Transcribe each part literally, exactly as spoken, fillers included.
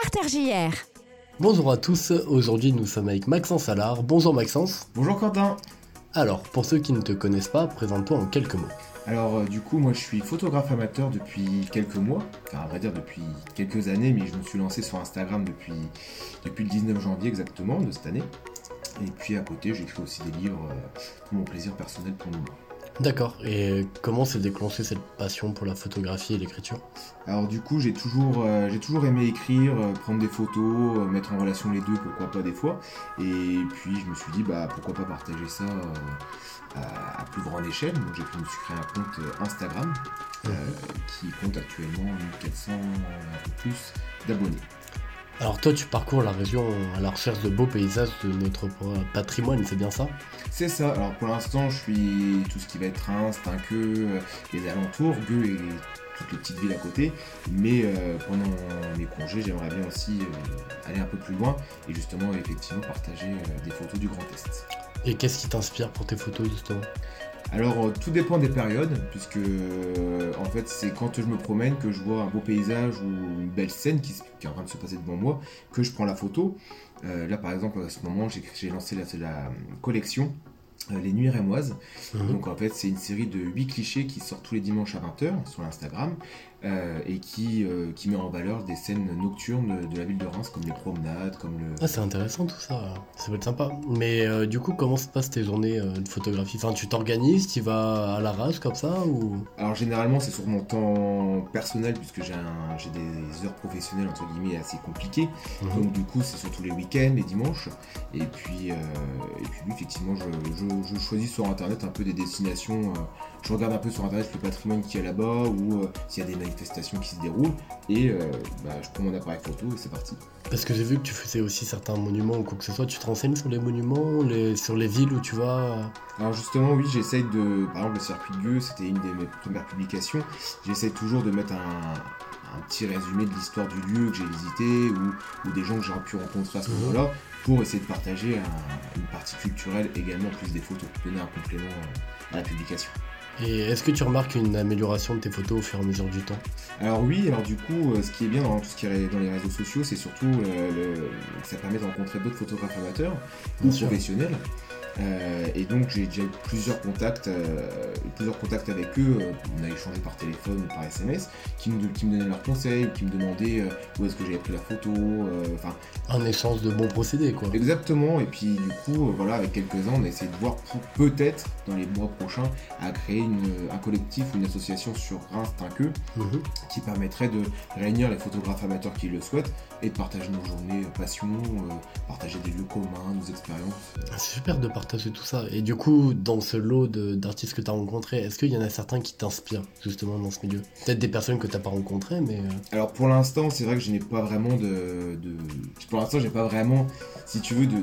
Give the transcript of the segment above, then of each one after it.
Starter J R. Bonjour à tous, aujourd'hui nous sommes avec Maxence Allard. Bonjour Maxence. Bonjour Quentin. Alors, pour ceux qui ne te connaissent pas, présente-toi en quelques mots. Alors euh, du coup moi je suis photographe amateur depuis quelques mois, enfin à vrai dire depuis quelques années, mais je me suis lancé sur Instagram depuis, depuis le dix-neuf janvier exactement de cette année. Et puis à côté j'écris aussi des livres euh, pour mon plaisir personnel pour le moment. D'accord, et comment s'est déclenchée cette passion pour la photographie et l'écriture ? Alors du coup j'ai toujours, euh, j'ai toujours aimé écrire, euh, prendre des photos, euh, mettre en relation les deux, pourquoi pas des fois. Et puis je me suis dit bah pourquoi pas partager ça euh, à, à plus grande échelle. Donc j'ai pu me suis créé un compte euh, Instagram euh, qui compte actuellement mille quatre cents euh, un peu plus d'abonnés. Alors toi tu parcours la région à la recherche de beaux paysages de notre patrimoine, c'est bien ça ? C'est ça, alors pour l'instant je suis tout ce qui va être Reims, Tinqueux, euh, les alentours, Gueux et toutes les petites villes à côté, mais euh, pendant mes congés j'aimerais bien aussi euh, aller un peu plus loin et justement effectivement partager euh, des photos du Grand Est. Et qu'est-ce qui t'inspire pour tes photos justement ? Alors euh, tout dépend des périodes, puisque euh, en fait c'est quand je me promène que je vois un beau paysage ou une belle scène qui, qui est en train de se passer devant moi, que je prends la photo. Euh, là par exemple à ce moment j'ai, j'ai lancé la, la collection euh, Les Nuits Rémoises. Mmh. Donc en fait c'est une série de huit clichés qui sortent tous les dimanches à vingt heures sur Instagram. Euh, et qui, euh, qui met en valeur des scènes nocturnes de, de la ville de Reims, comme les promenades, comme le... Ah, c'est intéressant tout ça, ça va être sympa. Mais euh, du coup, comment se passent tes journées euh, de photographie ? Enfin, tu t'organises, tu vas à l'arrache comme ça ou... Alors généralement, c'est sur mon temps personnel, puisque j'ai, un, j'ai des heures professionnelles, entre guillemets, assez compliquées. Mmh. Donc du coup, c'est surtout les week-ends, les dimanches. Et puis, euh, et puis effectivement, je, je, je choisis sur Internet un peu des destinations... Euh, je regarde un peu sur Internet le patrimoine qu'il y a là-bas, ou euh, s'il y a des manifestations qui se déroulent, et euh, bah, je prends mon appareil photo et c'est parti. Parce que j'ai vu que tu faisais aussi certains monuments ou quoi que ce soit, tu te renseignes sur les monuments, les... sur les villes où tu vas ? Alors justement oui, j'essaye de, par exemple le circuit de Gueux, c'était une de mes premières publications, j'essaye toujours de mettre un, un petit résumé de l'histoire du lieu que j'ai visité, ou, ou des gens que j'aurais pu rencontrer à ce mmh. moment-là, pour essayer de partager un, une partie culturelle également, plus des photos, donner un complément à la publication. Et est-ce que tu remarques une amélioration de tes photos au fur et à mesure du temps ? Alors oui, alors du coup, ce qui est bien dans tout ce qui est dans les réseaux sociaux, c'est surtout euh, le, que ça permet de rencontrer d'autres photographes amateurs ou professionnels. Euh, et donc j'ai déjà eu plusieurs contacts, euh, plusieurs contacts avec eux, euh, on a échangé par téléphone ou par S M S, qui me, qui me donnaient leurs conseils, qui me demandaient euh, où est-ce que j'avais pris la photo, enfin... Euh, un échange de bons procédés quoi. Exactement, et puis du coup, euh, voilà, avec quelques-uns, on a essayé de voir pour, peut-être, dans les mois prochains, à créer une, un collectif, une association sur Reims-Tinqueux, mmh. qui permettrait de réunir les photographes amateurs qui le souhaitent, et de partager nos journées passion, euh, partager des lieux communs, nos expériences. C'est super de partager tout ça. Et du coup, dans ce lot de, d'artistes que tu as rencontrés, est-ce qu'il y en a certains qui t'inspirent justement dans ce milieu ? Peut-être des personnes que tu n'as pas rencontrées, mais... Alors pour l'instant, c'est vrai que je n'ai pas vraiment de... de... Pour l'instant, j'ai pas vraiment, si tu veux, de... de,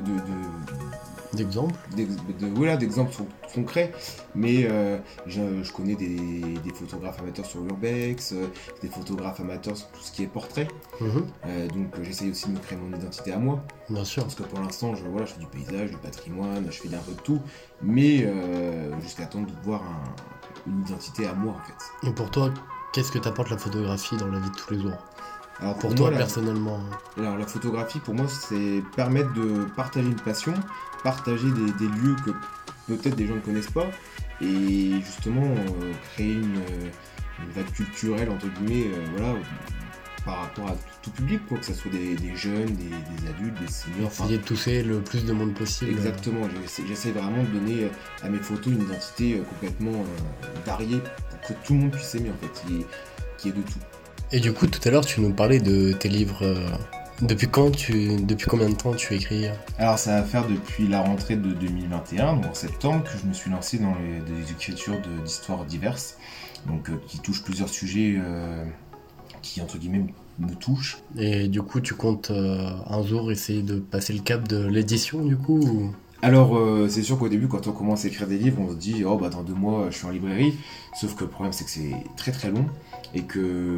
de... d'exemples de, de, voilà, d'exemples concrets, mais euh, je, je connais des, des photographes amateurs sur Urbex, euh, des photographes amateurs sur tout ce qui est portrait, mmh. euh, donc euh, j'essaye aussi de me créer mon identité à moi. Bien sûr. Parce que pour l'instant, je, voilà, je fais du paysage, du patrimoine, je fais un peu de tout, mais euh, jusqu'à temps de voir un, une identité à moi en fait. Et pour toi, qu'est-ce que t'apporte la photographie dans la vie de tous les jours ? Alors pour, pour toi, toi, la, personnellement. Alors la photographie, pour moi, c'est permettre de partager une passion, partager des, des lieux que peut-être des gens ne connaissent pas, et justement euh, créer une, une vague culturelle, entre guillemets, euh, voilà, par rapport à tout, tout public, quoi, que ce soit des, des jeunes, des, des adultes, des seniors. Essayer de toucher le plus de monde possible. Exactement, j'essaie, j'essaie vraiment de donner à mes photos une identité complètement euh, variée, pour que tout le monde puisse aimer, en fait, qu'il y ait, qu'il y ait de tout. Et du coup, tout à l'heure, tu nous parlais de tes livres. Euh, depuis quand tu, depuis combien de temps tu écris ? Alors, ça va faire depuis la rentrée de deux mille vingt et un, donc en septembre, que je me suis lancé dans les, des écritures de, d'histoires diverses, donc euh, qui touchent plusieurs sujets euh, qui, entre guillemets, me touchent. Et du coup, tu comptes euh, un jour essayer de passer le cap de l'édition, du coup ou... Alors, euh, c'est sûr qu'au début, quand on commence à écrire des livres, on se dit « Oh, bah dans deux mois, je suis en librairie ». Sauf que le problème, c'est que c'est très très long et que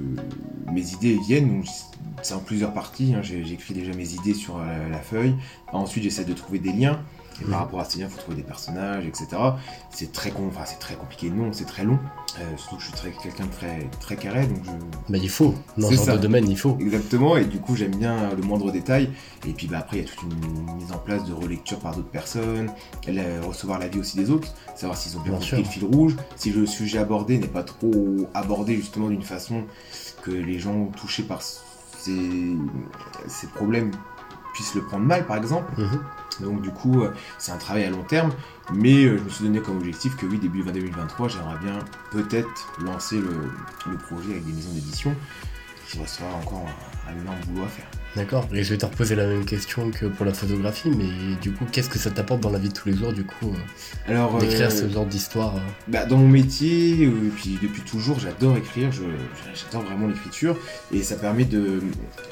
mes idées viennent. Donc, c'est en plusieurs parties. Hein. J'ai, j'écris déjà mes idées sur la, la feuille. Ensuite, j'essaie de trouver des liens Et Mhm. par rapport à ces liens, il faut trouver des personnages, et cetera. C'est très, com- enfin, c'est très compliqué, non, c'est très long. Euh, surtout que je suis très, quelqu'un de très, très carré, donc je... Bah il faut, dans C'est ce genre ça. de domaine il faut. Exactement, et du coup j'aime bien le moindre détail. Et puis bah, après il y a toute une mise en place de relecture par d'autres personnes, la- recevoir l'avis aussi des autres, savoir s'ils ont bien, Bien compris sûr. le fil rouge, si le sujet abordé n'est pas trop abordé justement d'une façon que les gens touchés par ces, ces problèmes puissent le prendre mal par exemple. Mhm. Donc du coup euh, c'est un travail à long terme, mais euh, je me suis donné comme objectif que oui, début deux mille vingt-trois, j'aimerais bien peut-être lancer le, le projet avec des maisons d'édition, qui restera encore un, un énorme boulot à faire. D'accord. Et je vais te reposer la même question que pour la photographie, mais du coup, qu'est-ce que ça t'apporte dans la vie de tous les jours, du coup, euh, Alors, d'écrire euh, ce genre d'histoire euh, bah, dans mon métier, euh, et puis depuis toujours, j'adore écrire, je- j'adore vraiment l'écriture, et ça permet de,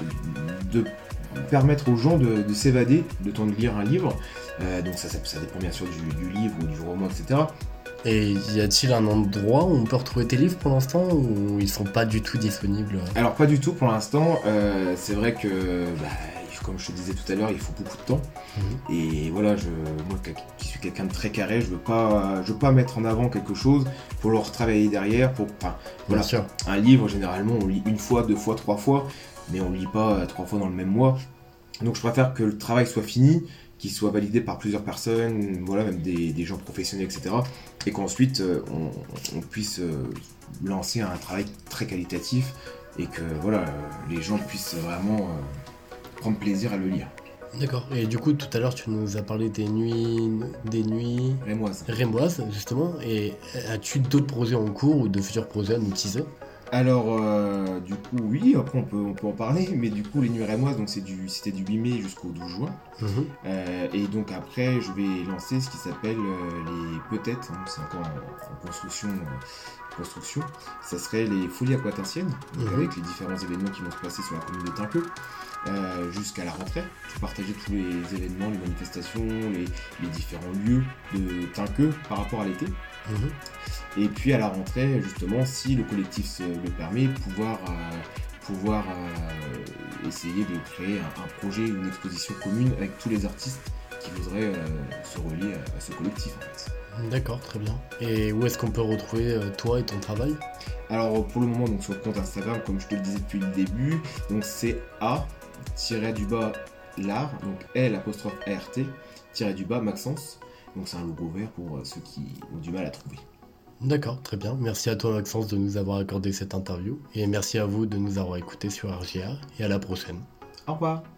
de permettre aux gens de, de s'évader, de temps de lire un livre. Euh, donc ça, ça, ça dépend bien sûr du, du livre ou du roman, et cetera. Et y a-t-il un endroit où on peut retrouver tes livres pour l'instant, ou ils sont pas du tout disponibles? Alors pas du tout pour l'instant, euh, c'est vrai que, bah, comme je te disais tout à l'heure, il faut beaucoup de temps. Mhm. Et voilà, je, moi qui suis quelqu'un de très carré, je veux pas, je veux pas mettre en avant quelque chose pour le retravailler derrière. Pour, enfin, voilà. Bien sûr. Un livre, généralement, on lit une fois, deux fois, trois fois, mais on lit pas euh, trois fois dans le même mois. Donc je préfère que le travail soit fini, qu'il soit validé par plusieurs personnes, voilà, même des, des gens professionnels, et cetera. Et qu'ensuite euh, on, on puisse euh, lancer un travail très qualitatif et que voilà, euh, les gens puissent vraiment euh, prendre plaisir à le lire. D'accord. Et du coup, tout à l'heure, tu nous as parlé des nuits, des nuits Rémoise. rémoises, justement. Et as-tu d'autres projets en cours ou de futurs projets à nous teaser? Alors, euh, du coup, oui, après on peut, on peut en parler, mais du coup, les nuits rémoises, donc c'est du, c'était du huit mai jusqu'au douze juin. Mhm. Euh, et donc après, je vais lancer ce qui s'appelle euh, les peut-être, hein, c'est encore en, en construction, euh, construction, ça serait les folies aquatensiennes, donc Mhm. avec les différents événements qui vont se passer sur la commune de Tinqueux, euh, jusqu'à la rentrée. Je vais partager tous les événements, les manifestations, les, les différents lieux de Tinqueux par rapport à l'été. Mhm. Et puis à la rentrée, justement, si le collectif se le permet, pouvoir, euh, pouvoir euh, essayer de créer un, un projet, une exposition commune avec tous les artistes qui voudraient euh, se relier à, à ce collectif en fait. D'accord, très bien. Et où est-ce qu'on peut retrouver euh, toi et ton travail? Alors pour le moment, donc sur le compte Instagram, comme je te le disais depuis le début, donc c'est A du bas l'art, donc L apostrophe A R T du bas Maxence. Donc c'est un logo vert pour euh, ceux qui ont du mal à trouver. D'accord, très bien. Merci à toi, Maxence, de nous avoir accordé cette interview. Et merci à vous de nous avoir écoutés sur R J R. Et à la prochaine. Au revoir.